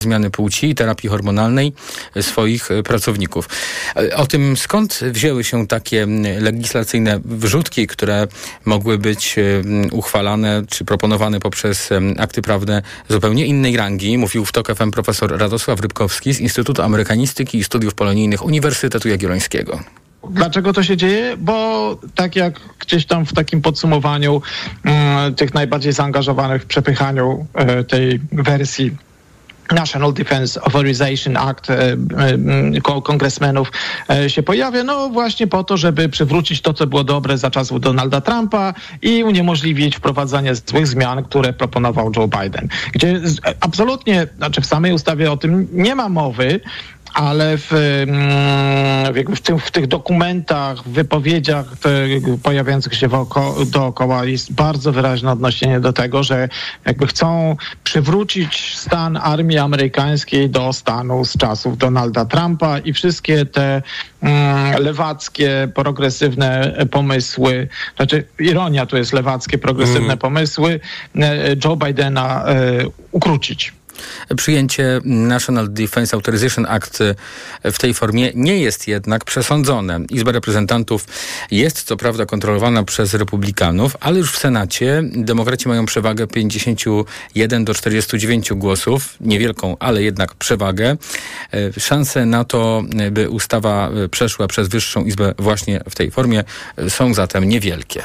zmiany płci i terapii hormonalnej swoich pracowników. O tym, skąd wzięły się takie legislacyjne wrzutki, które mogły być uchwalane czy proponowane poprzez akty prawne zupełnie innej rangi, mówił w TOK FM profesor Radosław Rybkowski z Instytutu Amerykanistyki i Studiów Polonijnych Uniwersytetu Jagiellońskiego. Dlaczego to się dzieje? Bo tak jak gdzieś tam w takim podsumowaniu tych najbardziej zaangażowanych w przepychaniu tej wersji National Defense Authorization Act kongresmenów się pojawia, no właśnie po to, żeby przywrócić to, co było dobre za czasów Donalda Trumpa i uniemożliwić wprowadzanie złych zmian, które proponował Joe Biden. Gdzie absolutnie, w samej ustawie o tym nie ma mowy, ale w tych dokumentach, w wypowiedziach pojawiających się dookoła jest bardzo wyraźne odniesienie do tego, że jakby chcą przywrócić stan armii amerykańskiej do stanu z czasów Donalda Trumpa i wszystkie te lewackie, progresywne pomysły, ironia tu jest lewackie, progresywne pomysły Joe Bidena ukrócić. Przyjęcie National Defense Authorization Act w tej formie nie jest jednak przesądzone. Izba Reprezentantów jest co prawda kontrolowana przez republikanów, ale już w Senacie demokraci mają przewagę 51 do 49 głosów. Niewielką, ale jednak przewagę. Szanse na to, by ustawa przeszła przez Wyższą Izbę właśnie w tej formie, są zatem niewielkie.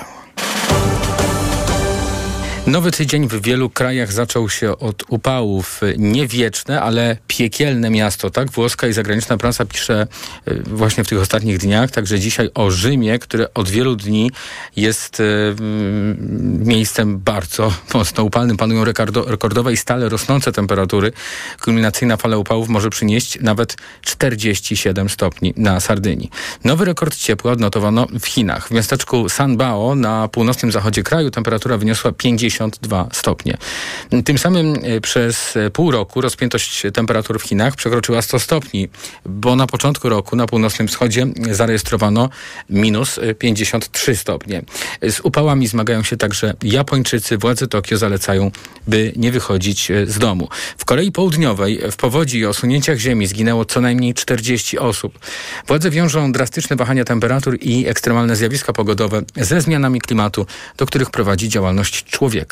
Nowy tydzień w wielu krajach zaczął się od upałów. Nie wieczne, ale piekielne miasto, tak? Włoska i zagraniczna prasa pisze właśnie w tych ostatnich dniach, także dzisiaj o Rzymie, które od wielu dni jest miejscem bardzo mocno upalnym. Panują rekordowe i stale rosnące temperatury. Kulminacyjna fala upałów może przynieść nawet 47 stopni na Sardynii. Nowy rekord ciepła odnotowano w Chinach. W miasteczku Sanbao na północnym zachodzie kraju temperatura wyniosła 52 stopnie. Tym samym przez pół roku rozpiętość temperatur w Chinach przekroczyła 100 stopni, bo na początku roku na północnym wschodzie zarejestrowano minus 53 stopnie. Z upałami zmagają się także Japończycy. Władze Tokio zalecają, by nie wychodzić z domu. W Korei Południowej w powodzi i osunięciach ziemi zginęło co najmniej 40 osób. Władze wiążą drastyczne wahania temperatur i ekstremalne zjawiska pogodowe ze zmianami klimatu, do których prowadzi działalność człowieka.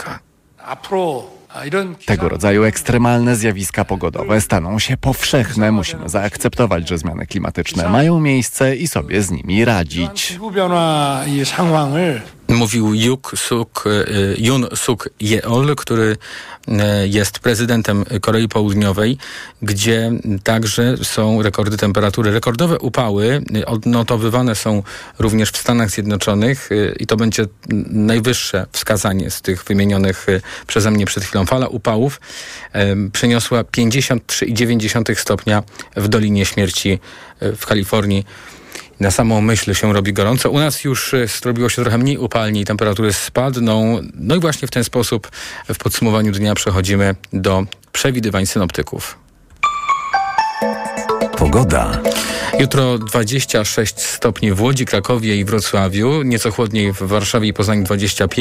Tego rodzaju ekstremalne zjawiska pogodowe staną się powszechne. Musimy zaakceptować, że zmiany klimatyczne mają miejsce i sobie z nimi radzić. Mówił Yoon Suk Yeol, który jest prezydentem Korei Południowej, gdzie także są rekordy temperatury. Rekordowe upały odnotowywane są również w Stanach Zjednoczonych i to będzie najwyższe wskazanie z tych wymienionych przeze mnie przed chwilą. Fala upałów przeniosła 53,9 stopnia w Dolinie Śmierci w Kalifornii. Na samą myśl się robi gorąco. U nas już zrobiło się trochę mniej upalnie i temperatury spadną. No i właśnie w ten sposób w podsumowaniu dnia przechodzimy do przewidywań synoptyków. Pogoda. Jutro 26 stopni w Łodzi, Krakowie i Wrocławiu. Nieco chłodniej w Warszawie i Poznaniu 25.